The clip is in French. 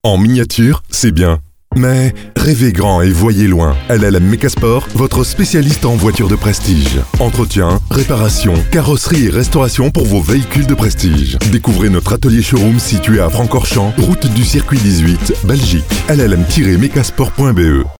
En miniature, c'est bien. Mais rêvez grand et voyez loin. LLM Mecasport, votre spécialiste en voitures de prestige. Entretien, réparation, carrosserie et restauration pour vos véhicules de prestige. Découvrez notre atelier showroom situé à Francorchamps, route du circuit 18, Belgique. LLM-mecasport.be